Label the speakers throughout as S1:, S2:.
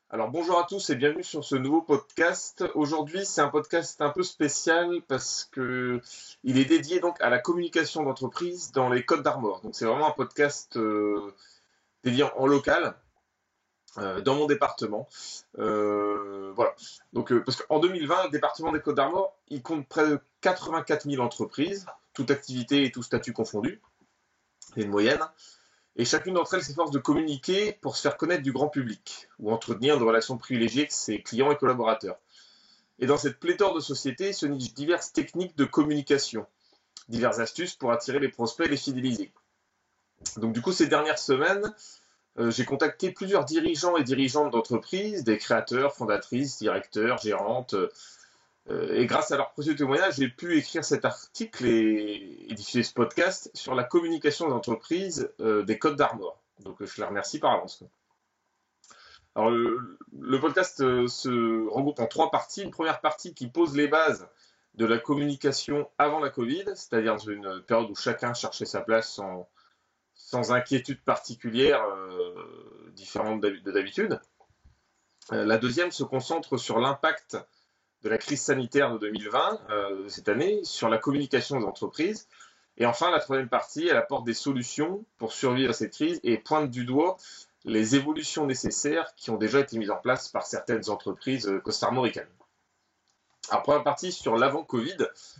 S1: Alors bonjour à tous et bienvenue sur ce nouveau podcast. Aujourd'hui, c'est un podcast un peu spécial parce que il est dédié donc à la communication d'entreprise dans les Côtes d'Armor. Donc c'est vraiment un podcast dédié en local dans mon département. Voilà. Donc parce qu'en 2020, le département des Côtes d'Armor, il compte près de 84 000 entreprises, toute activité et tout statut confondu. C'est une moyenne. Et chacune d'entre elles s'efforce de communiquer pour se faire connaître du grand public ou entretenir de relations privilégiées avec ses clients et collaborateurs. Et dans cette pléthore de sociétés se nichent diverses techniques de communication, diverses astuces pour attirer les prospects et les fidéliser. Donc du coup, ces dernières semaines, j'ai contacté plusieurs dirigeants et dirigeantes d'entreprises, des créateurs, fondatrices, directeurs, gérantes, et grâce à leurs précieux témoignages, j'ai pu écrire cet article et diffuser ce podcast sur la communication d'entreprise des Côtes d'Armor. Donc je les remercie par avance. Alors le podcast se regroupe en trois parties. Une première partie qui pose les bases de la communication avant la Covid, c'est-à-dire dans une période où chacun cherchait sa place sans inquiétude particulière différente de d'habitude. La deuxième se concentre sur l'impact de la crise sanitaire de 2020, cette année, sur la communication des entreprises. Et enfin, la troisième partie, elle apporte des solutions pour survivre à cette crise et pointe du doigt les évolutions nécessaires qui ont déjà été mises en place par certaines entreprises costarmoricaines. Alors, première partie sur l'avant-Covid.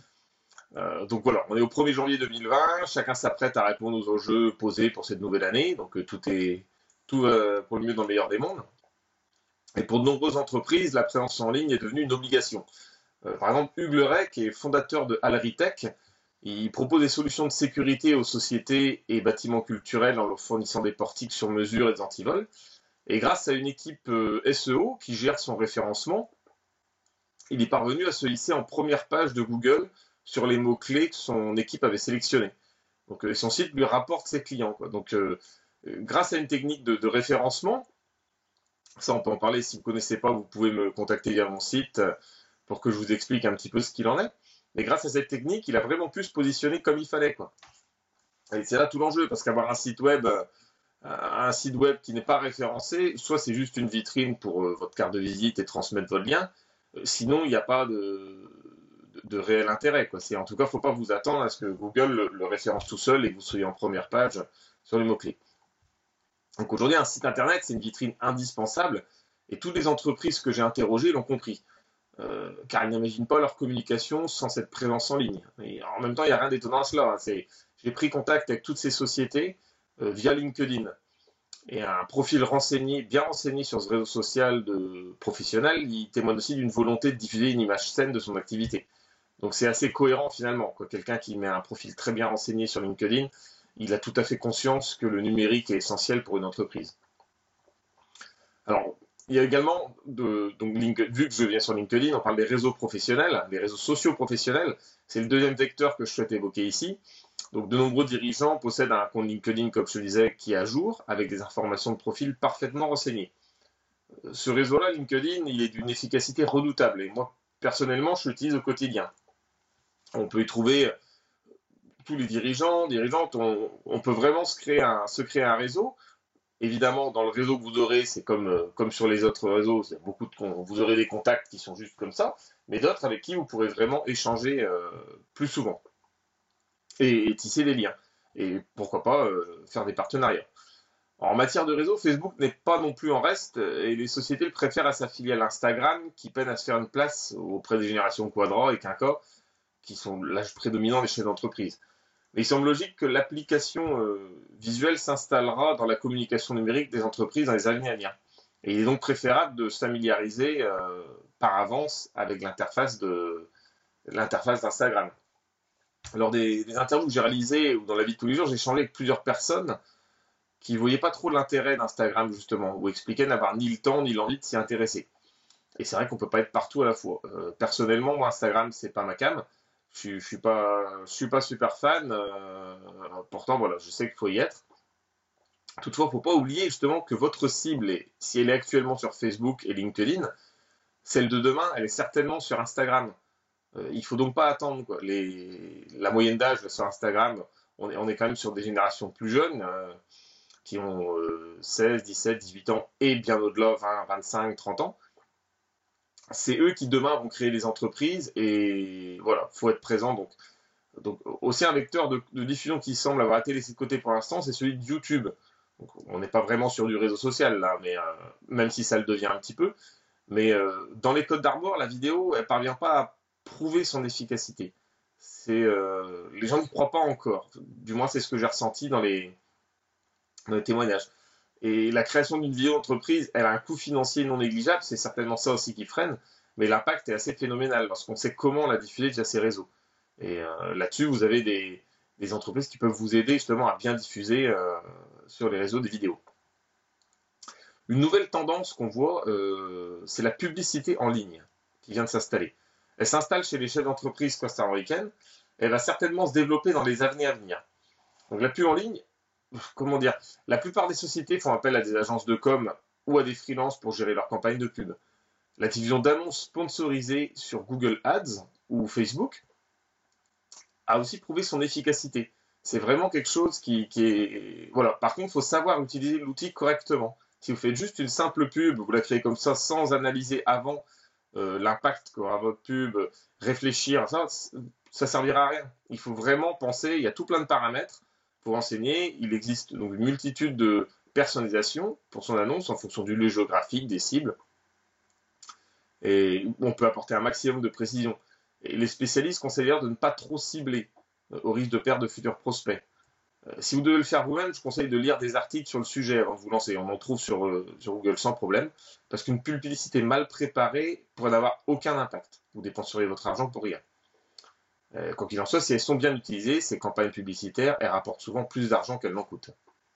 S1: Donc voilà, on est au 1er janvier 2020, chacun s'apprête à répondre aux enjeux posés pour cette nouvelle année, donc tout est tout pour le mieux dans le meilleur des mondes. Et pour de nombreuses entreprises, la présence en ligne est devenue une obligation. Par exemple, Hugues Leray, qui est fondateur de Alritech, il propose des solutions de sécurité aux sociétés et bâtiments culturels en leur fournissant des portiques sur mesure et des antivols. Et grâce à une équipe SEO qui gère son référencement, il est parvenu à se hisser en première page de Google sur les mots-clés que son équipe avait sélectionnés. Donc son site lui rapporte ses clients, quoi. Donc grâce à une technique de référencement, ça on peut en parler, si vous ne connaissez pas, vous pouvez me contacter via mon site pour que je vous explique un petit peu ce qu'il en est. Mais grâce à cette technique, il a vraiment pu se positionner comme il fallait, quoi. Et c'est là tout l'enjeu, parce qu'avoir un site web qui n'est pas référencé, soit c'est juste une vitrine pour votre carte de visite et transmettre votre lien, sinon il n'y a pas de réel intérêt, quoi. En tout cas, il ne faut pas vous attendre à ce que Google le référence tout seul et que vous soyez en première page sur les mots-clés. Donc aujourd'hui, un site internet, c'est une vitrine indispensable, et toutes les entreprises que j'ai interrogées l'ont compris. Car ils n'imaginent pas leur communication sans cette présence en ligne. Et en même temps, il n'y a rien d'étonnant à cela. J'ai pris contact avec toutes ces sociétés via LinkedIn. Et un profil bien renseigné sur ce réseau social de professionnels, il témoigne aussi d'une volonté de diffuser une image saine de son activité. Donc c'est assez cohérent finalement. Quelqu'un qui met un profil très bien renseigné sur LinkedIn, il a tout à fait conscience que le numérique est essentiel pour une entreprise. Alors, il y a également, vu que je viens sur LinkedIn, on parle des réseaux professionnels, des réseaux sociaux professionnels. C'est le deuxième vecteur que je souhaite évoquer ici. Donc, de nombreux dirigeants possèdent un compte LinkedIn, comme je le disais, qui est à jour, avec des informations de profil parfaitement renseignées. Ce réseau-là, LinkedIn, il est d'une efficacité redoutable. Et moi, personnellement, je l'utilise au quotidien. On peut y trouver tous les dirigeantes. On peut vraiment se créer un réseau. Évidemment, dans le réseau que vous aurez, c'est comme sur les autres réseaux, vous aurez des contacts qui sont juste comme ça, mais d'autres avec qui vous pourrez vraiment échanger plus souvent et tisser des liens. Et pourquoi pas faire des partenariats. En matière de réseau, Facebook n'est pas non plus en reste et les sociétés le préfèrent à sa filiale Instagram qui peine à se faire une place auprès des générations Quadra et Quinca qui sont l'âge prédominant des chefs d'entreprise. Mais il semble logique que l'application visuelle s'installera dans la communication numérique des entreprises dans les années à venir. Et il est donc préférable de se familiariser par avance avec l'interface d'Instagram. Lors des interviews que j'ai réalisées ou dans la vie de tous les jours, j'ai échangé avec plusieurs personnes qui ne voyaient pas trop l'intérêt d'Instagram justement, ou expliquaient n'avoir ni le temps ni l'envie de s'y intéresser. Et c'est vrai qu'on ne peut pas être partout à la fois. Personnellement, moi, Instagram, c'est pas ma came. Je suis pas super fan. Pourtant, voilà, je sais qu'il faut y être. Toutefois, il ne faut pas oublier justement que votre cible, si elle est actuellement sur Facebook et LinkedIn, celle de demain, elle est certainement sur Instagram. Il ne faut donc pas attendre, quoi. La moyenne d'âge sur Instagram, on est quand même sur des générations plus jeunes. qui ont 16, 17, 18 ans et bien au-delà, 20, 25, 30 ans. C'est eux qui demain vont créer les entreprises et voilà, faut être présent. Donc aussi un vecteur de diffusion qui semble avoir été laissé de côté pour l'instant, c'est celui de YouTube. Donc, on n'est pas vraiment sur du réseau social là, mais même si ça le devient un petit peu. Mais dans les codes d'Armor, la vidéo, elle parvient pas à prouver son efficacité. Les gens n'y croient pas encore. Du moins, c'est ce que j'ai ressenti dans les témoignages. Et la création d'une vidéo entreprise, elle a un coût financier non négligeable. C'est certainement ça aussi qui freine. Mais l'impact est assez phénoménal lorsqu'on sait comment la diffuser via ces réseaux. Et là-dessus, vous avez des entreprises qui peuvent vous aider justement à bien diffuser sur les réseaux des vidéos. Une nouvelle tendance qu'on voit, c'est la publicité en ligne qui vient de s'installer. Elle s'installe chez les chefs d'entreprise costarricaines. Elle va certainement se développer dans les années à venir. Donc la pub en ligne, comment dire, la plupart des sociétés font appel à des agences de com ou à des freelances pour gérer leur campagne de pub. La diffusion d'annonces sponsorisées sur Google Ads ou Facebook a aussi prouvé son efficacité. C'est vraiment quelque chose qui est... Voilà. Par contre, il faut savoir utiliser l'outil correctement. Si vous faites juste une simple pub, vous la créez comme ça sans analyser avant l'impact qu'aura votre pub, réfléchir, ça ne servira à rien. Il faut vraiment penser, il y a tout plein de paramètres pour enseigner. Il existe donc une multitude de personnalisation pour son annonce en fonction du lieu géographique, des cibles. Et on peut apporter un maximum de précision. Et les spécialistes conseillent d'ailleurs de ne pas trop cibler au risque de perdre de futurs prospects. Si vous devez le faire vous-même, je conseille de lire des articles sur le sujet avant de vous lancer. On en trouve sur Google sans problème, parce qu'une publicité mal préparée pourrait n'avoir aucun impact. Vous dépenseriez votre argent pour rien. Quoi qu'il en soit, si elles sont bien utilisées, ces campagnes publicitaires, elles rapportent souvent plus d'argent qu'elles n'en coûtent.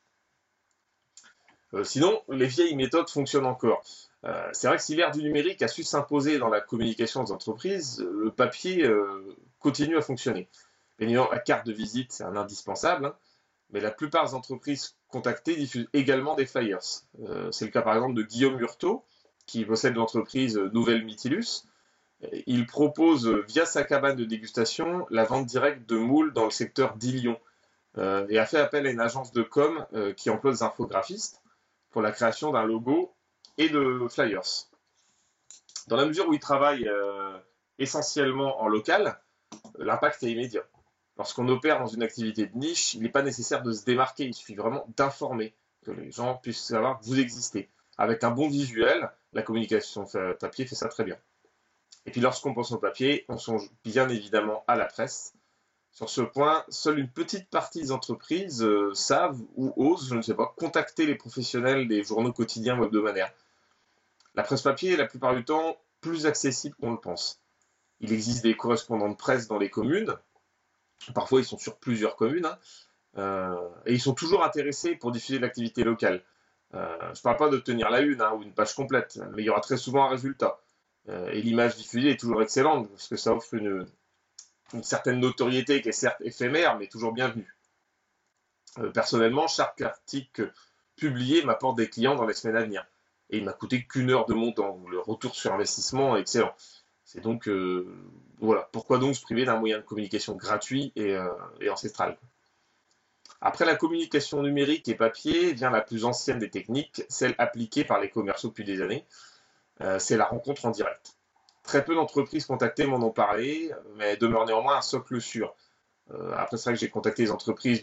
S1: Sinon, les vieilles méthodes fonctionnent encore. C'est vrai que si l'ère du numérique a su s'imposer dans la communication des entreprises, le papier continue à fonctionner. Bien évidemment, la carte de visite, c'est un indispensable, hein, mais la plupart des entreprises contactées diffusent également des flyers. C'est le cas par exemple de Guillaume Hurtaud, qui possède l'entreprise Nouvelle Mytilus. Il propose via sa cabane de dégustation la vente directe de moules dans le secteur d'Illion et a fait appel à une agence de com qui emploie des infographistes pour la création d'un logo et de flyers. Dans la mesure où il travaille essentiellement en local, l'impact est immédiat. Lorsqu'on opère dans une activité de niche, il n'est pas nécessaire de se démarquer, il suffit vraiment d'informer, que les gens puissent savoir que vous existez. Avec un bon visuel, la communication papier fait ça très bien. Et puis lorsqu'on pense au papier, on songe bien évidemment à la presse. Sur ce point, seule une petite partie des entreprises savent ou osent, je ne sais pas, contacter les professionnels des journaux quotidiens ou hebdomadaires. La presse papier est la plupart du temps plus accessible qu'on le pense. Il existe des correspondants de presse dans les communes. Parfois, ils sont sur plusieurs communes. Et ils sont toujours intéressés pour diffuser l'activité locale. Je ne parle pas d'obtenir la une ou une page complète, mais il y aura très souvent un résultat. Et l'image diffusée est toujours excellente parce que ça offre une certaine notoriété qui est certes éphémère, mais toujours bienvenue. Personnellement, chaque article publié m'apporte des clients dans les semaines à venir. Et il m'a coûté qu'une heure de mon temps. Le retour sur investissement est excellent. C'est donc, voilà, pourquoi donc se priver d'un moyen de communication gratuit et ancestral. Après la communication numérique et papier vient la plus ancienne des techniques, celle appliquée par les commerciaux depuis des années. C'est la rencontre en direct. Très peu d'entreprises contactées m'en ont parlé, mais demeure néanmoins un socle sûr. Après, c'est vrai que j'ai contacté des entreprises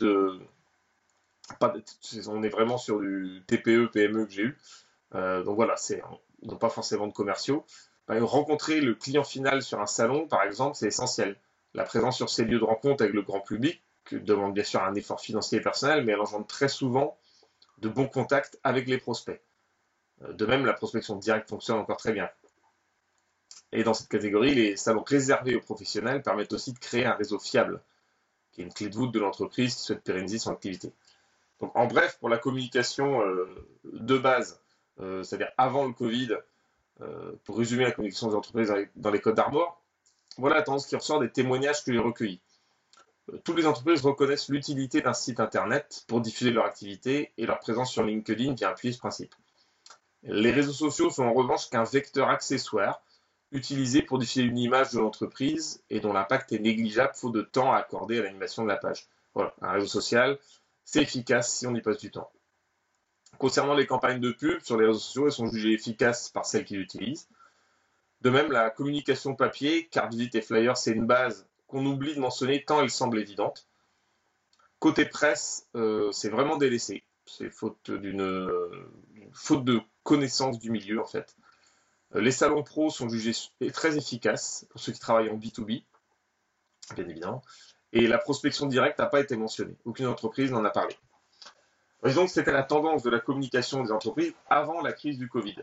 S1: on est vraiment sur du TPE, PME que j'ai eu. Donc voilà, ils n'ont pas forcément de commerciaux. Rencontrer le client final sur un salon, par exemple, c'est essentiel. La présence sur ces lieux de rencontre avec le grand public demande bien sûr un effort financier et personnel, mais elle engendre très souvent de bons contacts avec les prospects. De même, la prospection directe fonctionne encore très bien. Et dans cette catégorie, les salons réservés aux professionnels permettent aussi de créer un réseau fiable, qui est une clé de voûte de l'entreprise qui souhaite pérenniser son activité. Donc, en bref, pour la communication de base, c'est-à-dire avant le Covid, pour résumer la communication des entreprises dans les codes d'Armor, voilà la tendance qui ressort des témoignages que j'ai recueillis. Toutes les entreprises reconnaissent l'utilité d'un site internet pour diffuser leur activité et leur présence sur LinkedIn vient appuyer ce principe. Les réseaux sociaux sont en revanche qu'un vecteur accessoire utilisé pour diffuser une image de l'entreprise et dont l'impact est négligeable faute de temps à accorder à l'animation de la page. Voilà, un réseau social, c'est efficace si on y passe du temps. Concernant les campagnes de pub sur les réseaux sociaux, elles sont jugées efficaces par celles qui l'utilisent. De même, la communication papier, carte visite et flyers, c'est une base qu'on oublie de mentionner tant elle semble évidente. Côté presse, c'est vraiment délaissé. C'est faute de connaissance du milieu, en fait. Les salons pro sont jugés très efficaces pour ceux qui travaillent en B2B, bien évidemment. Et la prospection directe n'a pas été mentionnée. Aucune entreprise n'en a parlé. Et donc, c'était la tendance de la communication des entreprises avant la crise du Covid.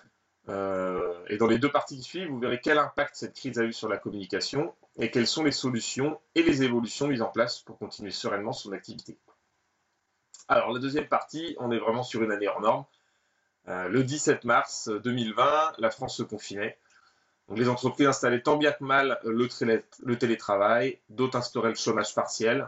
S1: Et dans les deux parties qui suivent, vous verrez quel impact cette crise a eu sur la communication et quelles sont les solutions et les évolutions mises en place pour continuer sereinement son activité. Alors, la deuxième partie, on est vraiment sur une année hors norme. Le 17 mars 2020, la France se confinait. Donc, les entreprises installaient tant bien que mal le télétravail, d'autres instauraient le chômage partiel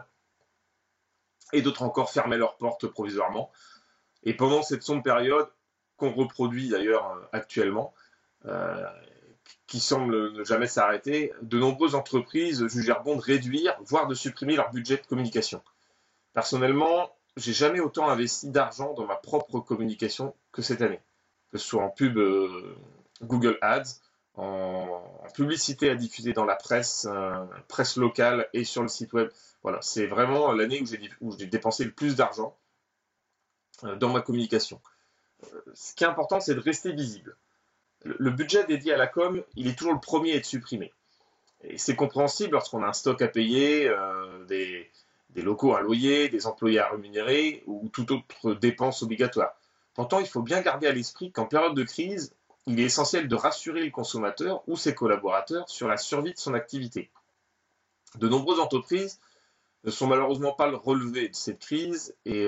S1: et d'autres encore fermaient leurs portes provisoirement. Et pendant cette sombre période, qu'on reproduit d'ailleurs actuellement, euh, qui semble ne jamais s'arrêter, de nombreuses entreprises jugèrent bon de réduire, voire de supprimer leur budget de communication. Personnellement, j'ai jamais autant investi d'argent dans ma propre communication que cette année, que ce soit en pub Google Ads, en publicité à diffuser dans la presse, presse locale et sur le site web. Voilà, c'est vraiment l'année où j'ai dépensé le plus d'argent dans ma communication. Ce qui est important, c'est de rester visible. Le budget dédié à la com, il est toujours le premier à être supprimé. Et c'est compréhensible lorsqu'on a un stock à payer, des locaux à loyer, des employés à rémunérer ou toute autre dépense obligatoire. Pourtant, il faut bien garder à l'esprit qu'en période de crise, il est essentiel de rassurer le consommateur ou ses collaborateurs sur la survie de son activité. De nombreuses entreprises ne sont malheureusement pas le relevé de cette crise et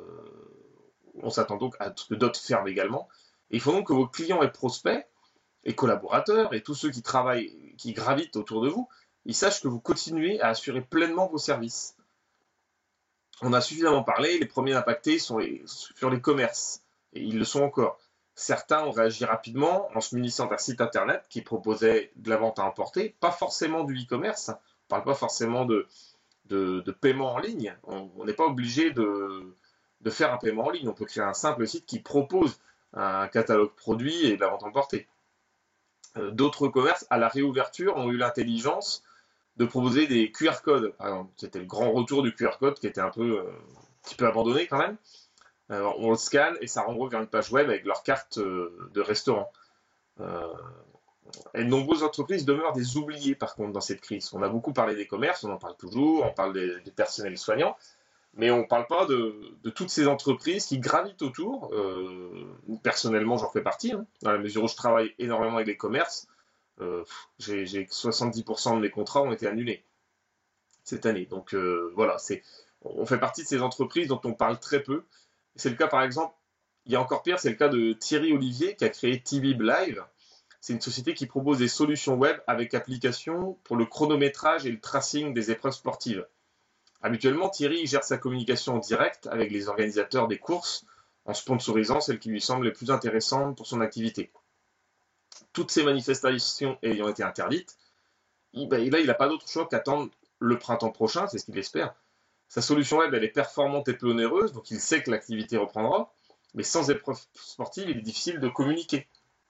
S1: on s'attend donc à ce que d'autres ferment également. Et il faut donc que vos clients et prospects et collaborateurs et tous ceux qui travaillent, qui gravitent autour de vous, ils sachent que vous continuez à assurer pleinement vos services. On a suffisamment parlé, les premiers impactés sont sur les commerces, et ils le sont encore. Certains ont réagi rapidement en se munissant d'un site internet qui proposait de la vente à emporter, pas forcément du e-commerce, on ne parle pas forcément de paiement en ligne, on n'est pas obligé de faire un paiement en ligne, on peut créer un simple site qui propose un catalogue produit et de la vente emportée. D'autres commerces, à la réouverture, ont eu l'intelligence de proposer des QR codes. Par exemple, c'était le grand retour du QR code qui était un petit peu abandonné quand même. On le scanne et ça renvoie vers une page web avec leur carte de restaurant. Et de nombreuses entreprises demeurent des oubliés par contre dans cette crise. On a beaucoup parlé des commerces, on en parle toujours, on parle des personnels soignants, mais on ne parle pas de toutes ces entreprises qui gravitent autour. Personnellement, j'en fais partie, hein, dans la mesure où je travaille énormément avec les commerces. J'ai 70% de mes contrats ont été annulés cette année. Donc voilà, on fait partie de ces entreprises dont on parle très peu. C'est le cas par exemple, il y a encore pire, c'est le cas de Thierry Olivier qui a créé TBib Live. C'est une société qui propose des solutions web avec application pour le chronométrage et le tracing des épreuves sportives. Habituellement, Thierry gère sa communication en direct avec les organisateurs des courses en sponsorisant celles qui lui semblent les plus intéressantes pour son activité. Toutes ces manifestations ayant été interdites, là, il n'a pas d'autre choix qu'attendre le printemps prochain, c'est ce qu'il espère. Sa solution web, elle est performante et peu onéreuse, donc il sait que l'activité reprendra, mais sans épreuve sportive, il est difficile de communiquer.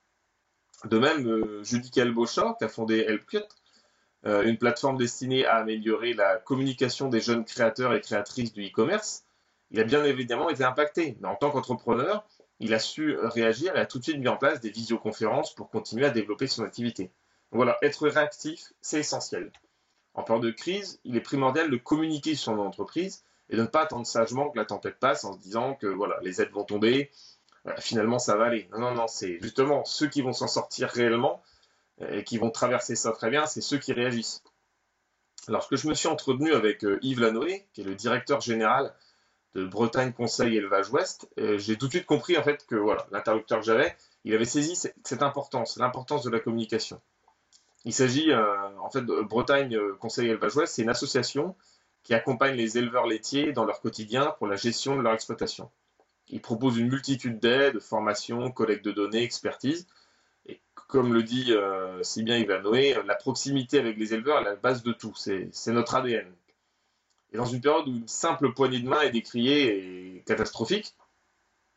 S1: De même, Judica Elbocha, qui a fondé HelpQuit, une plateforme destinée à améliorer la communication des jeunes créateurs et créatrices du e-commerce, il a bien évidemment été impacté. Mais en tant qu'entrepreneur, il a su réagir et a tout de suite mis en place des visioconférences pour continuer à développer son activité. Donc voilà, être réactif, c'est essentiel. En période de crise, il est primordial de communiquer sur son entreprise et de ne pas attendre sagement que la tempête passe en se disant que voilà, les aides vont tomber, finalement ça va aller. Non, non, non, c'est justement ceux qui vont s'en sortir réellement et qui vont traverser ça très bien, c'est ceux qui réagissent. Lorsque je me suis entretenu avec Yves Lanoé, qui est le directeur général de Bretagne Conseil Élevage Ouest, j'ai tout de suite compris en fait que voilà, l'interlocuteur que j'avais, il avait saisi cette importance, l'importance de la communication. Il s'agit en fait de Bretagne Conseil Élevage Ouest, c'est une association qui accompagne les éleveurs laitiers dans leur quotidien pour la gestion de leur exploitation. Il propose une multitude d'aides, formations, collecte de données, expertise. Et comme le dit si bien Yves Lanoé, la proximité avec les éleveurs est la base de tout, c'est notre ADN. Et dans une période où une simple poignée de main est décriée et catastrophique,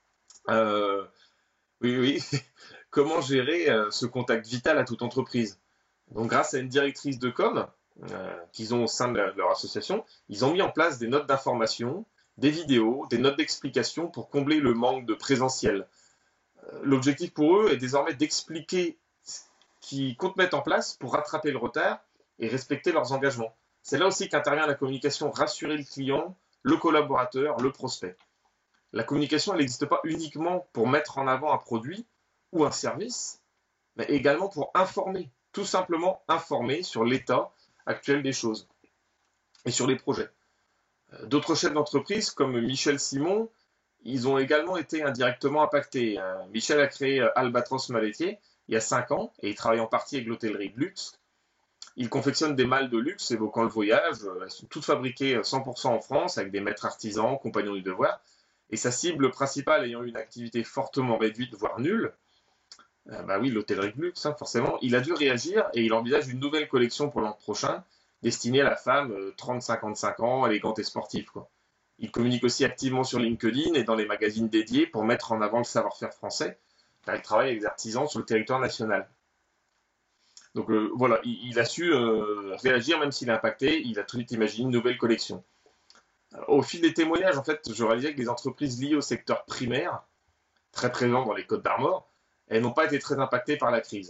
S1: Euh, oui, oui. Comment gérer ce contact vital à toute entreprise? Donc, grâce à une directrice de com qu'ils ont au sein de leur association, ils ont mis en place des notes d'information, des vidéos, des notes d'explication pour combler le manque de présentiel. L'objectif pour eux est désormais d'expliquer ce qu'ils comptent mettre en place pour rattraper le retard et respecter leurs engagements. C'est là aussi qu'intervient la communication, rassurer le client, le collaborateur, le prospect. La communication, elle n'existe pas uniquement pour mettre en avant un produit ou un service, mais également pour informer, tout simplement informer sur l'état actuel des choses et sur les projets. D'autres chefs d'entreprise, comme Michel Simon, ils ont également été indirectement impactés. Michel a créé Albatros Malétier il y a 5 ans et il travaille en partie avec l'hôtellerie de luxe. Il confectionne des malles de luxe évoquant le voyage. Elles sont toutes fabriquées 100% en France avec des maîtres artisans, compagnons du devoir. Et sa cible principale ayant une activité fortement réduite, voire nulle, bah oui, l'hôtellerie de luxe, hein, forcément, il a dû réagir et il envisage une nouvelle collection pour l'an prochain, destinée à la femme 30-55 ans, élégante et sportive, quoi. Il communique aussi activement sur LinkedIn et dans les magazines dédiés pour mettre en avant le savoir-faire français, car il travaille avec des artisans sur le territoire national. Donc voilà, il a su réagir même s'il est impacté, il a tout de suite imaginé une nouvelle collection. Au fil des témoignages, en fait, je réalisais que les entreprises liées au secteur primaire, très présentes dans les Côtes d'Armor, elles n'ont pas été très impactées par la crise.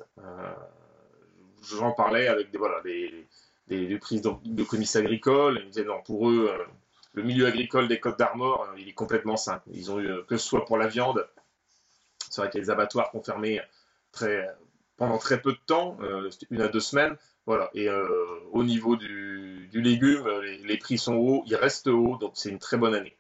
S1: J'en parlais avec des prises de comices agricoles. Ils me disaient non, pour eux, le milieu agricole des Côtes d'Armor, il est complètement sain. Ils ont eu, que ce soit pour la viande, c'est vrai que les abattoirs ont fermé très, pendant très peu de temps, 1 à 2 semaines. Voilà. Et au niveau du légume, les prix sont hauts, ils restent hauts, donc c'est une très bonne année.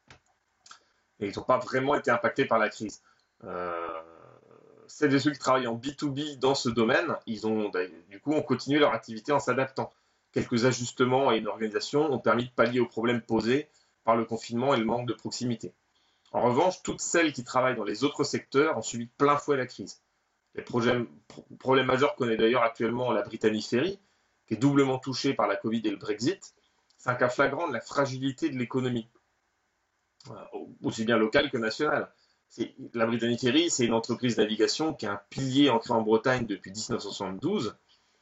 S1: Et ils n'ont pas vraiment été impactés par la crise. Euh, Celles et ceux qui travaillent en B2B dans ce domaine, ils ont du coup ont continué leur activité en s'adaptant. Quelques ajustements et une organisation ont permis de pallier aux problèmes posés par le confinement et le manque de proximité. En revanche, toutes celles qui travaillent dans les autres secteurs ont subi de plein fouet la crise. Les problèmes majeurs connaît d'ailleurs actuellement la Brittany Ferry, qui est doublement touchée par la Covid et le Brexit. C'est un cas flagrant de la fragilité de l'économie, aussi bien locale que nationale. La Brittany Ferry, c'est une entreprise de navigation qui est un pilier ancré en Bretagne depuis 1972.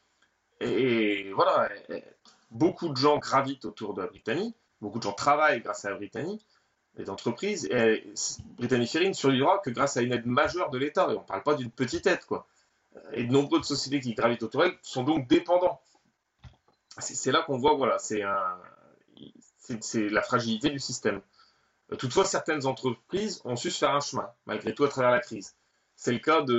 S1: Et voilà, beaucoup de gens gravitent autour de la Brittany, beaucoup de gens travaillent grâce à la Brittany, les entreprises. Et Brittany Ferry ne survivra que grâce à une aide majeure de l'État. Et on ne parle pas d'une petite aide, quoi. Et de nombreuses sociétés qui gravitent autour d'elle sont donc dépendants. C'est là qu'on voit, voilà, c'est la fragilité du système. Toutefois, certaines entreprises ont su se faire un chemin, malgré tout, à travers la crise. C'est le cas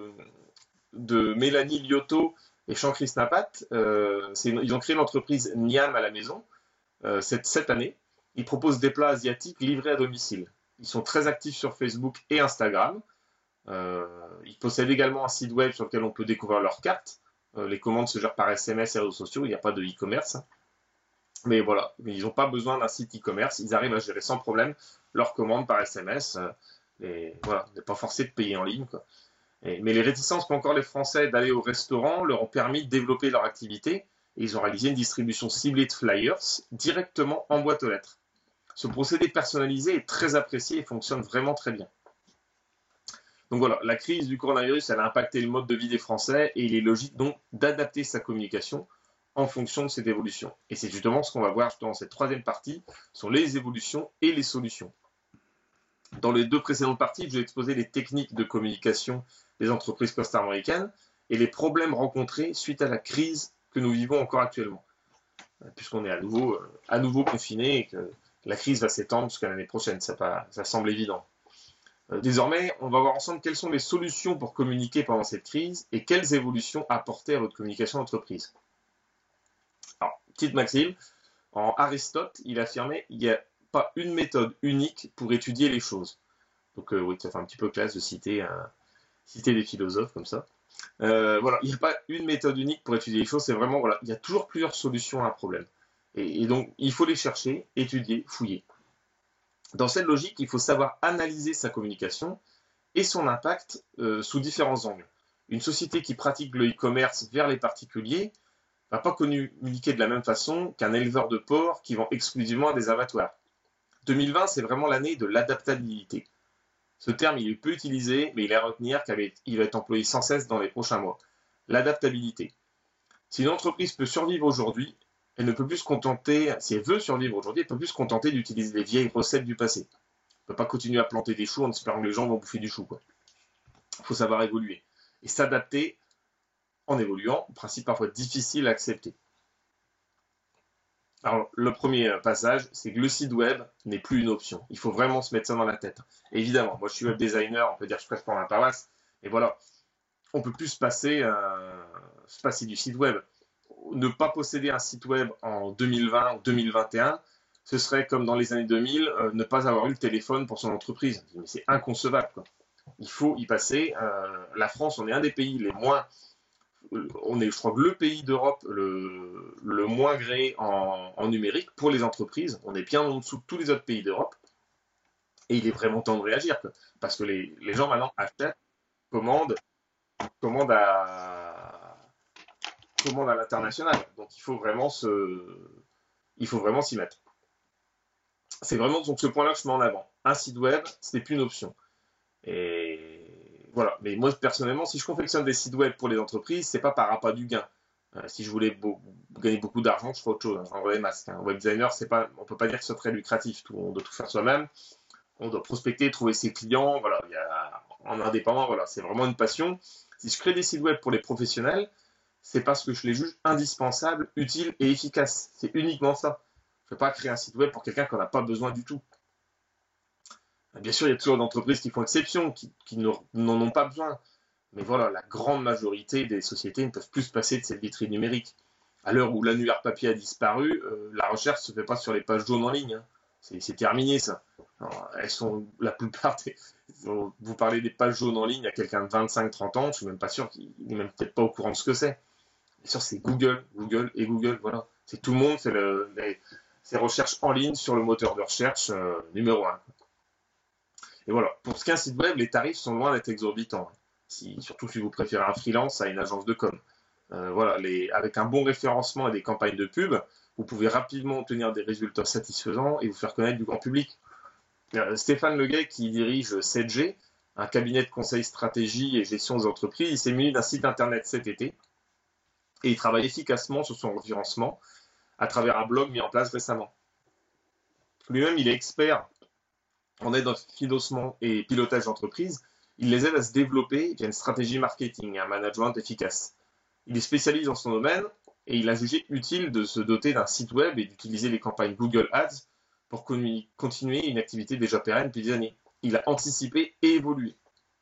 S1: de Mélanie Liotto et Jean-Chris Napat. Ils ont créé l'entreprise Niam à la maison cette année. Ils proposent des plats asiatiques livrés à domicile. Ils sont très actifs sur Facebook et Instagram. Ils possèdent également un site web sur lequel on peut découvrir leurs cartes. Les commandes se gèrent par SMS et réseaux sociaux. Il n'y a pas de e-commerce. Mais voilà, ils n'ont pas besoin d'un site e-commerce. Ils arrivent à gérer sans problème leurs commandes par SMS. Et voilà, on n'est pas forcé de payer en ligne, quoi. Mais les réticences qu'ont encore les Français d'aller au restaurant leur ont permis de développer leur activité et ils ont réalisé une distribution ciblée de flyers directement en boîte aux lettres. Ce procédé personnalisé est très apprécié et fonctionne vraiment très bien. Donc voilà, la crise du coronavirus, elle a impacté le mode de vie des Français et il est logique donc d'adapter sa communication en fonction de cette évolution. Et c'est justement ce qu'on va voir dans cette troisième partie, sont les évolutions et les solutions. Dans les 2 précédentes parties, je vais exposer les techniques de communication des entreprises post-américaines et les problèmes rencontrés suite à la crise que nous vivons encore actuellement, puisqu'on est à nouveau confiné et que la crise va s'étendre jusqu'à l'année prochaine, ça semble évident. Désormais, on va voir ensemble quelles sont les solutions pour communiquer pendant cette crise et quelles évolutions apporter à votre communication d'entreprise. Alors, petite maxime, en Aristote, il affirmait qu'il n'y a pas une méthode unique pour étudier les choses. Donc oui, ça fait un petit peu classe de citer des philosophes comme ça. Voilà, il n'y a pas une méthode unique pour étudier les choses, c'est vraiment, voilà, il y a toujours plusieurs solutions à un problème. Et donc, il faut les chercher, étudier, fouiller. Dans cette logique, il faut savoir analyser sa communication et son impact sous différents angles. Une société qui pratique le e-commerce vers les particuliers ne va pas communiquer de la même façon qu'un éleveur de porcs qui vend exclusivement à des abattoirs. 2020, c'est vraiment l'année de l'adaptabilité. Ce terme, il est peu utilisé, mais il est à retenir qu'il va être employé sans cesse dans les prochains mois. L'adaptabilité. Si une entreprise peut survivre aujourd'hui, elle ne peut plus se contenter, si elle veut survivre aujourd'hui, elle ne peut plus se contenter d'utiliser les vieilles recettes du passé. On ne peut pas continuer à planter des choux en espérant que les gens vont bouffer du chou. Il faut savoir évoluer. Et s'adapter en évoluant, principe parfois difficile à accepter. Alors, le premier passage, c'est que le site web n'est plus une option. Il faut vraiment se mettre ça dans la tête. Et évidemment, moi je suis web designer, on peut dire que je prêche pour ma paroisse, mais voilà, on peut plus se passer du site web. Ne pas posséder un site web en 2020 ou 2021, ce serait comme dans les années 2000, ne pas avoir eu le téléphone pour son entreprise. Mais c'est inconcevable, quoi. Il faut y passer. La France, on est un des pays les moins... On est, je crois, le pays d'Europe le moins gréé en numérique pour les entreprises. On est bien en dessous de tous les autres pays d'Europe. Et il est vraiment temps de réagir, quoi. Parce que les gens maintenant achètent, commandent à l'international. Donc il faut vraiment s'y mettre. C'est vraiment donc ce point-là que je mets en avant. Un site web, ce n'est plus une option. Et voilà. Mais moi personnellement, si je confectionne des sites web pour les entreprises, c'est pas par appât du gain. Si je voulais gagner beaucoup d'argent, je ferais autre chose. J'envoie des masques. Un web designer, on peut pas dire que ce soit très lucratif. On doit tout faire soi-même. On doit prospecter, trouver ses clients. Voilà. En indépendant, voilà, c'est vraiment une passion. Si je crée des sites web pour les professionnels, c'est parce que je les juge indispensables, utiles et efficaces. C'est uniquement ça. Je ne vais pas créer un site web pour quelqu'un qui n'en a pas besoin du tout. Bien sûr, il y a toujours d'entreprises qui font exception, qui n'en ont pas besoin. Mais voilà, la grande majorité des sociétés ne peuvent plus se passer de cette vitrine numérique. À l'heure où l'annuaire papier a disparu, la recherche ne se fait pas sur les pages jaunes en ligne. Hein. C'est terminé, ça. Alors, elles sont la plupart des... Vous parlez des pages jaunes en ligne à quelqu'un de 25-30 ans, je ne suis même pas sûr qu'il n'est même peut-être pas au courant de ce que c'est. Bien sûr, c'est Google, voilà. C'est tout le monde fait ses recherches en ligne sur le moteur de recherche numéro 1. Et voilà, pour ce qui est un site web, les tarifs sont loin d'être exorbitants. Surtout si vous préférez un freelance à une agence de com. Voilà, avec un bon référencement et des campagnes de pub, vous pouvez rapidement obtenir des résultats satisfaisants et vous faire connaître du grand public. Stéphane Leguet, qui dirige 7G, un cabinet de conseil stratégie et gestion des entreprises, il s'est muni d'un site internet cet été et il travaille efficacement sur son référencement à travers un blog mis en place récemment. Lui-même, il est expert en aide au financement et pilotage d'entreprise. Il les aide à se développer via une stratégie marketing et un management efficace. Il est spécialiste dans son domaine et il a jugé utile de se doter d'un site web et d'utiliser les campagnes Google Ads pour continuer une activité déjà pérenne depuis des années. Il a anticipé et évolué.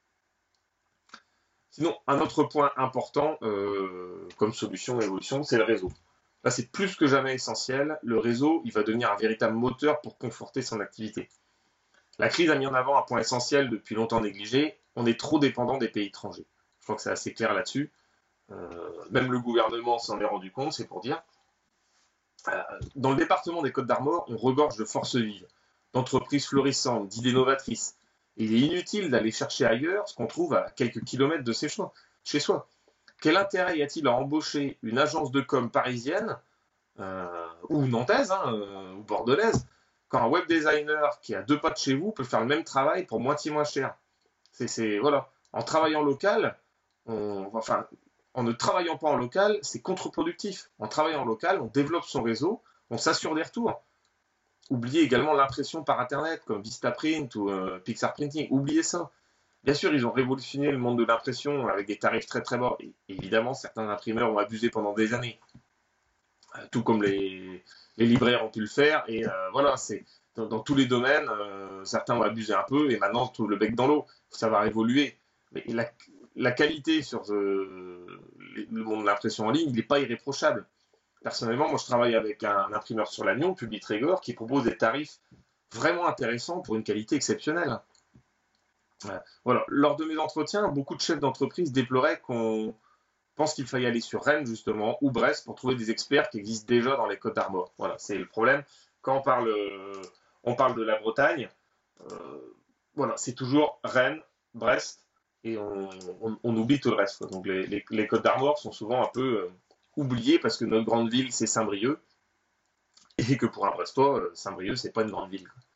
S1: Sinon, un autre point important comme solution d'évolution, c'est le réseau. Là, c'est plus que jamais essentiel. Le réseau, il va devenir un véritable moteur pour conforter son activité. La crise a mis en avant un point essentiel depuis longtemps négligé. On est trop dépendant des pays étrangers. Je crois que c'est assez clair là-dessus. Même le gouvernement s'en est rendu compte, c'est pour dire. Dans le département des Côtes-d'Armor, on regorge de forces vives, d'entreprises florissantes, d'idées novatrices. Et il est inutile d'aller chercher ailleurs ce qu'on trouve à quelques kilomètres de chez soi. Quel intérêt y a-t-il à embaucher une agence de com parisienne ou nantaise ou bordelaise quand un web designer qui est à 2 pas de chez vous peut faire le même travail pour moitié moins cher? Voilà. En travaillant local, en ne travaillant pas en local, c'est contre-productif. En travaillant en local, on développe son réseau, on s'assure des retours. Oubliez également l'impression par Internet, comme Vistaprint ou Pixar Printing. Oubliez ça. Bien sûr, ils ont révolutionné le monde de l'impression avec des tarifs très très bas. Et évidemment, certains imprimeurs ont abusé pendant des années. Tout comme les libraires ont pu le faire. Et voilà, c'est dans tous les domaines, certains ont abusé un peu et maintenant tout le bec dans l'eau. Il faut savoir évoluer. Mais la qualité sur le monde de l'impression en ligne, il n'est pas irréprochable. Personnellement, moi je travaille avec un imprimeur sur Lannion, Publi Trégor, qui propose des tarifs vraiment intéressants pour une qualité exceptionnelle. Voilà. Lors de mes entretiens, beaucoup de chefs d'entreprise déploraient qu'on pense qu'il faille aller sur Rennes justement ou Brest pour trouver des experts qui existent déjà dans les Côtes-d'Armor. Voilà, c'est le problème. Quand on parle de la Bretagne, voilà, c'est toujours Rennes, Brest, et on oublie tout le reste. Donc les Côtes-d'Armor sont souvent un peu oubliées parce que notre grande ville, c'est Saint-Brieuc, et que pour un Brestois, Saint-Brieuc, c'est pas une grande ville.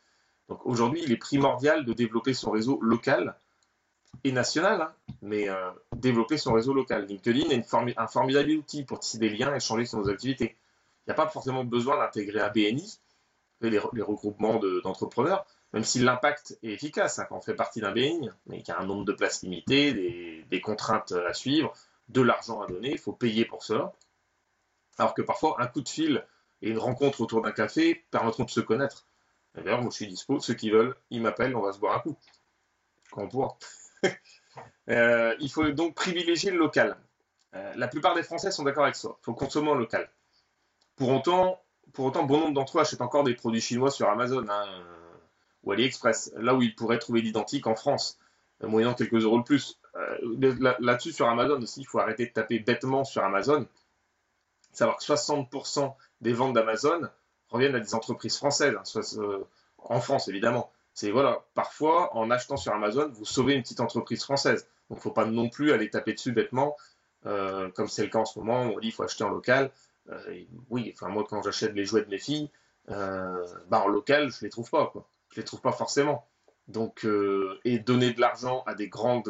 S1: Donc aujourd'hui, il est primordial de développer son réseau local et national, hein, mais développer son réseau local. LinkedIn est un formidable outil pour tisser des liens et échanger sur nos activités. Il n'y a pas forcément besoin d'intégrer un BNI, les regroupements d'entrepreneurs, même si l'impact est efficace hein, quand on fait partie d'un BNI, mais qu'il y a un nombre de places limitées, des contraintes à suivre, de l'argent à donner, il faut payer pour cela. Alors que parfois, un coup de fil et une rencontre autour d'un café permettront de se connaître. D'ailleurs, moi je suis dispo, ceux qui veulent, ils m'appellent, on va se boire un coup, quand on pourra. Il faut donc privilégier le local. La plupart des Français sont d'accord avec ça, il faut consommer en local. Pour autant, bon nombre d'entre eux achètent encore des produits chinois sur Amazon hein, ou AliExpress, là où ils pourraient trouver l'identique en France, moyennant quelques euros de plus. Là-dessus, sur Amazon aussi, il faut arrêter de taper bêtement sur Amazon. Savoir que 60% des ventes d'Amazon reviennent à des entreprises françaises, hein, en France évidemment. C'est voilà, parfois en achetant sur Amazon, vous sauvez une petite entreprise française. Donc il ne faut pas non plus aller taper dessus bêtement, comme c'est le cas en ce moment. On dit qu'il faut acheter en local. Oui, enfin moi quand j'achète les jouets de mes filles, en local je les trouve pas quoi. Je les trouve pas forcément. Donc et donner de l'argent à des grandes,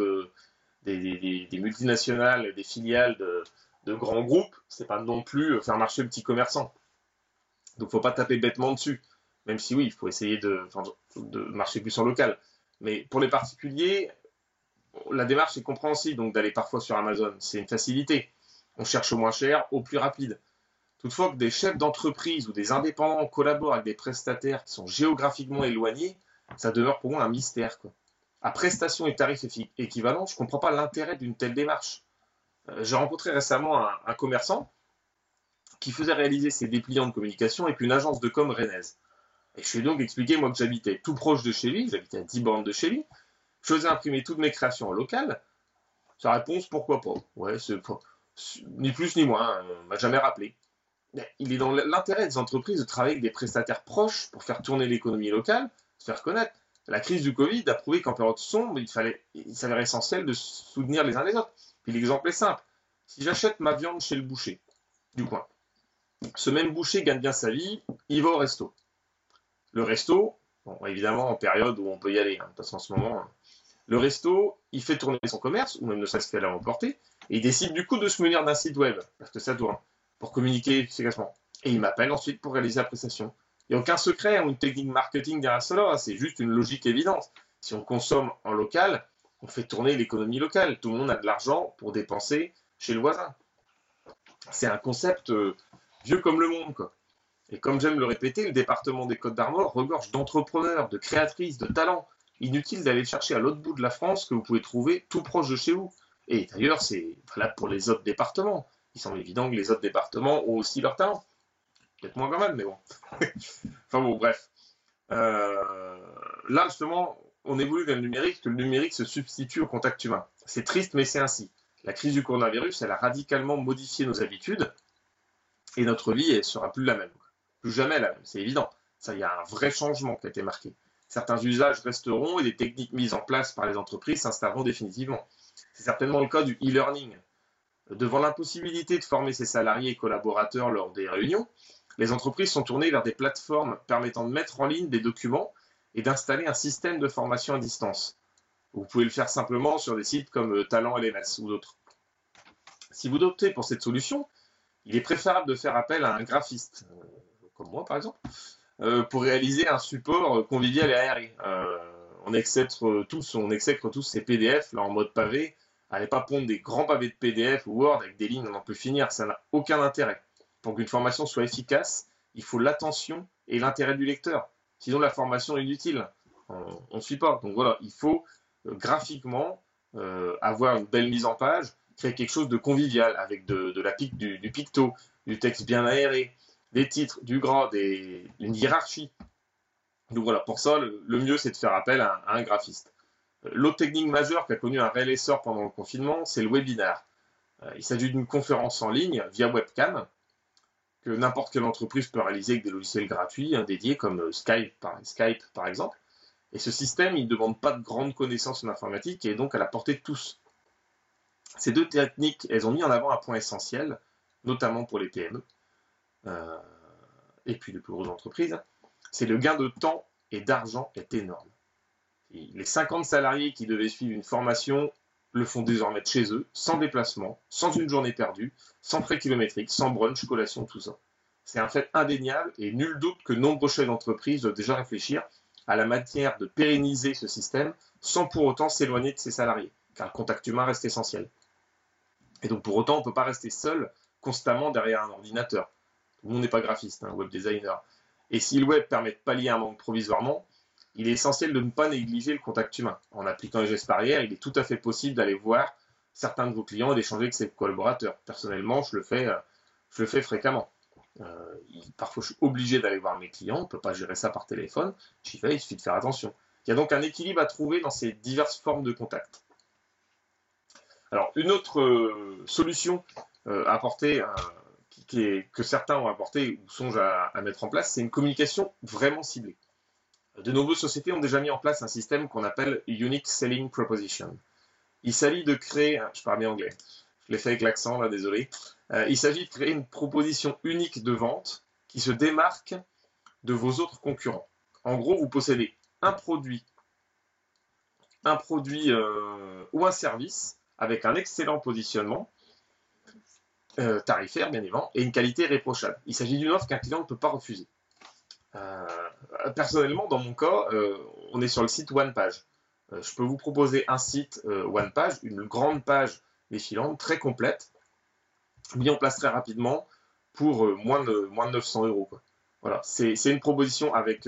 S1: des multinationales, des filiales de grands groupes, c'est pas non plus faire marcher le petit commerçant. Donc faut pas taper bêtement dessus. Même si oui, il faut essayer de marcher plus en local. Mais pour les particuliers, la démarche est compréhensible, donc d'aller parfois sur Amazon. C'est une facilité. On cherche au moins cher, au plus rapide. Toutefois que des chefs d'entreprise ou des indépendants collaborent avec des prestataires qui sont géographiquement éloignés, ça demeure pour moi un mystère, quoi. À prestations et tarifs équivalents, je ne comprends pas l'intérêt d'une telle démarche. J'ai rencontré récemment un commerçant qui faisait réaliser ses dépliants de communication avec une agence de com rennaise. Et je lui ai donc expliqué, moi, que j'habitais tout proche de chez lui, j'habitais à 10 bornes de chez lui, je faisais imprimer toutes mes créations en local. Sa réponse, pourquoi pas? Ouais, c'est pas, ni plus ni moins, on m'a jamais rappelé. Il est dans l'intérêt des entreprises de travailler avec des prestataires proches pour faire tourner l'économie locale, se faire connaître. La crise du Covid a prouvé qu'en période sombre, il s'avère essentiel de soutenir les uns les autres. Puis l'exemple est simple. Si j'achète ma viande chez le boucher du coin, ce même boucher gagne bien sa vie, il va au resto. Le resto, bon, évidemment en période où on peut y aller, hein, parce qu'en ce moment, le resto, il fait tourner son commerce, ou même ne serait-ce qu'à l'emporter, et il décide du coup de se munir d'un site web, parce que ça tourne, pour communiquer efficacement. Et il m'appelle ensuite pour réaliser la prestation. Il n'y a aucun secret ou une technique marketing derrière cela, c'est juste une logique évidente. Si on consomme en local, on fait tourner l'économie locale. Tout le monde a de l'argent pour dépenser chez le voisin. C'est un concept vieux comme le monde, quoi. Et comme j'aime le répéter, le département des Côtes-d'Armor regorge d'entrepreneurs, de créatrices, de talents. Inutile d'aller chercher à l'autre bout de la France que vous pouvez trouver tout proche de chez vous. Et d'ailleurs, c'est valable pour les autres départements. Il semble évident que les autres départements ont aussi leur talent. Peut-être moins quand même, mais bon. Enfin bon, bref. Là, justement, on évolue vers le numérique, que le numérique se substitue au contact humain. C'est triste, mais c'est ainsi. La crise du coronavirus, elle a radicalement modifié nos habitudes et notre vie, elle sera plus la même. Plus jamais la même, c'est évident. Ça, il y a un vrai changement qui a été marqué. Certains usages resteront et des techniques mises en place par les entreprises s'installeront définitivement. C'est certainement le cas du e-learning. Devant l'impossibilité de former ses salariés et collaborateurs lors des réunions, les entreprises sont tournées vers des plateformes permettant de mettre en ligne des documents et d'installer un système de formation à distance. Vous pouvez le faire simplement sur des sites comme Talent LMS ou d'autres. Si vous optez pour cette solution, il est préférable de faire appel à un graphiste, comme moi par exemple, pour réaliser un support convivial et aéré. On exècre tous ces PDF là, en mode pavé. Allez pas pondre des grands pavés de PDF ou Word avec des lignes, on en peut finir, ça n'a aucun intérêt. Pour qu'une formation soit efficace, il faut l'attention et l'intérêt du lecteur. Sinon, la formation est inutile. On ne suit pas. Donc voilà, il faut graphiquement avoir une belle mise en page, créer quelque chose de convivial avec du picto, du texte bien aéré, des titres, du gras, une hiérarchie. Donc voilà, pour ça, le mieux, c'est de faire appel à un graphiste. L'autre technique majeure qui a connu un réel essor pendant le confinement, c'est le webinar. Il s'agit d'une conférence en ligne via webcam que n'importe quelle entreprise peut réaliser avec des logiciels gratuits dédiés comme Skype par exemple. Et ce système, il ne demande pas de grandes connaissances en informatique et est donc à la portée de tous. Ces deux techniques, elles ont mis en avant un point essentiel, notamment pour les PME et puis les plus grosses entreprises, c'est le gain de temps et d'argent est énorme. Les 50 salariés qui devaient suivre une formation le font désormais de chez eux, sans déplacement, sans une journée perdue, sans frais kilométriques, sans brunch, collation, tout ça. C'est un fait indéniable et nul doute que nombreux chefs d'entreprise doivent déjà réfléchir à la manière de pérenniser ce système sans pour autant s'éloigner de ses salariés, car le contact humain reste essentiel. Et donc pour autant, on ne peut pas rester seul constamment derrière un ordinateur. Tout le monde n'est pas graphiste, web designer. Et si le web permet de pallier un manque provisoirement, il est essentiel de ne pas négliger le contact humain. En appliquant les gestes barrières, il est tout à fait possible d'aller voir certains de vos clients et d'échanger avec ses collaborateurs. Personnellement, je le fais fréquemment. Parfois, je suis obligé d'aller voir mes clients, on ne peut pas gérer ça par téléphone. J'y vais, il suffit de faire attention. Il y a donc un équilibre à trouver dans ces diverses formes de contact. Alors, une autre solution apportée, que certains ont apportée ou songent à mettre en place, c'est une communication vraiment ciblée. De nombreuses sociétés ont déjà mis en place un système qu'on appelle Unique Selling Proposition. Il s'agit de créer, je parle bien anglais, je l'ai fait avec l'accent là, désolé. Il s'agit de créer une proposition unique de vente qui se démarque de vos autres concurrents. En gros, vous possédez un produit ou un service avec un excellent positionnement tarifaire, bien évidemment, et une qualité irréprochable. Il s'agit d'une offre qu'un client ne peut pas refuser. Personnellement, dans mon cas, on est sur le site OnePage. Je peux vous proposer un site OnePage, une grande page défilante, très complète, mis en place très rapidement pour moins de 900 €. Quoi. Voilà, c'est une proposition avec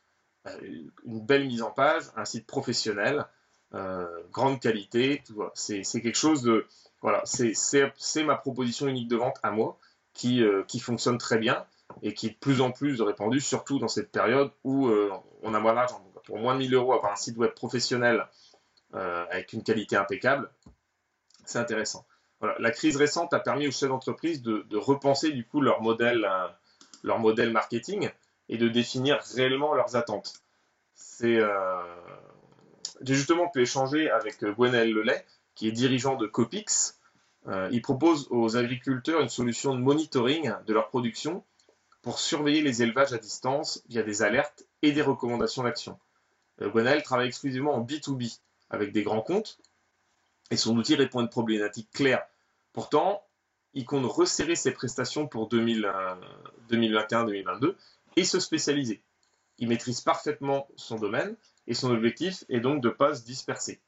S1: une belle mise en page, un site professionnel, grande qualité. Voilà. C'est quelque chose de... Voilà, c'est ma proposition unique de vente à moi qui fonctionne très bien et qui est de plus en plus répandue, surtout dans cette période où on a moins d'argent. Pour moins de 1 000 € avoir un site web professionnel avec une qualité impeccable, c'est intéressant. Voilà. La crise récente a permis aux chefs d'entreprise de repenser du coup leur modèle marketing et de définir réellement leurs attentes. J'ai justement pu échanger avec Gwenaël Lelay, qui est dirigeant de Copix. Il propose aux agriculteurs une solution de monitoring de leur production pour surveiller les élevages à distance via des alertes et des recommandations d'action. Gwenaël travaille exclusivement en B2B avec des grands comptes et son outil répond à une problématique claire. Pourtant, il compte resserrer ses prestations pour 2021-2022 et se spécialiser. Il maîtrise parfaitement son domaine et son objectif est donc de ne pas se disperser.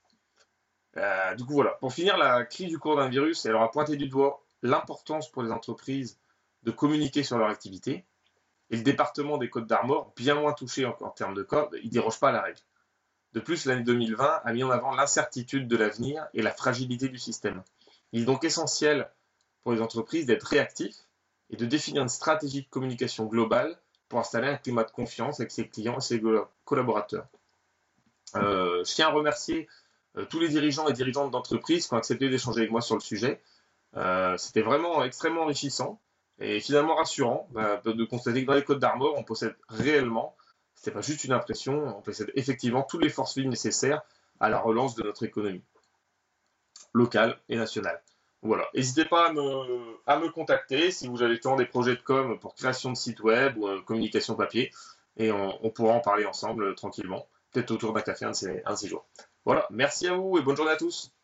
S1: Du coup, voilà. Pour finir, la crise du coronavirus, elle aura pointé du doigt l'importance pour les entreprises de communiquer sur leur activité. Et le département des Côtes-d'Armor, bien moins touché en termes de cas, il ne déroge pas à la règle. De plus, l'année 2020 a mis en avant l'incertitude de l'avenir et la fragilité du système. Il est donc essentiel pour les entreprises d'être réactifs et de définir une stratégie de communication globale pour installer un climat de confiance avec ses clients et ses collaborateurs. Je tiens à remercier tous les dirigeants et dirigeantes d'entreprises qui ont accepté d'échanger avec moi sur le sujet. C'était vraiment extrêmement enrichissant et finalement rassurant de constater que dans les Côtes-d'Armor, on possède réellement, ce n'est pas juste une impression, on possède effectivement toutes les forces vives nécessaires à la relance de notre économie locale et nationale. Voilà. N'hésitez pas à me contacter si vous avez toujours des projets de com pour création de site web ou communication papier et on pourra en parler ensemble tranquillement, peut-être autour d'un café un de ces jours. Voilà, merci à vous et bonne journée à tous.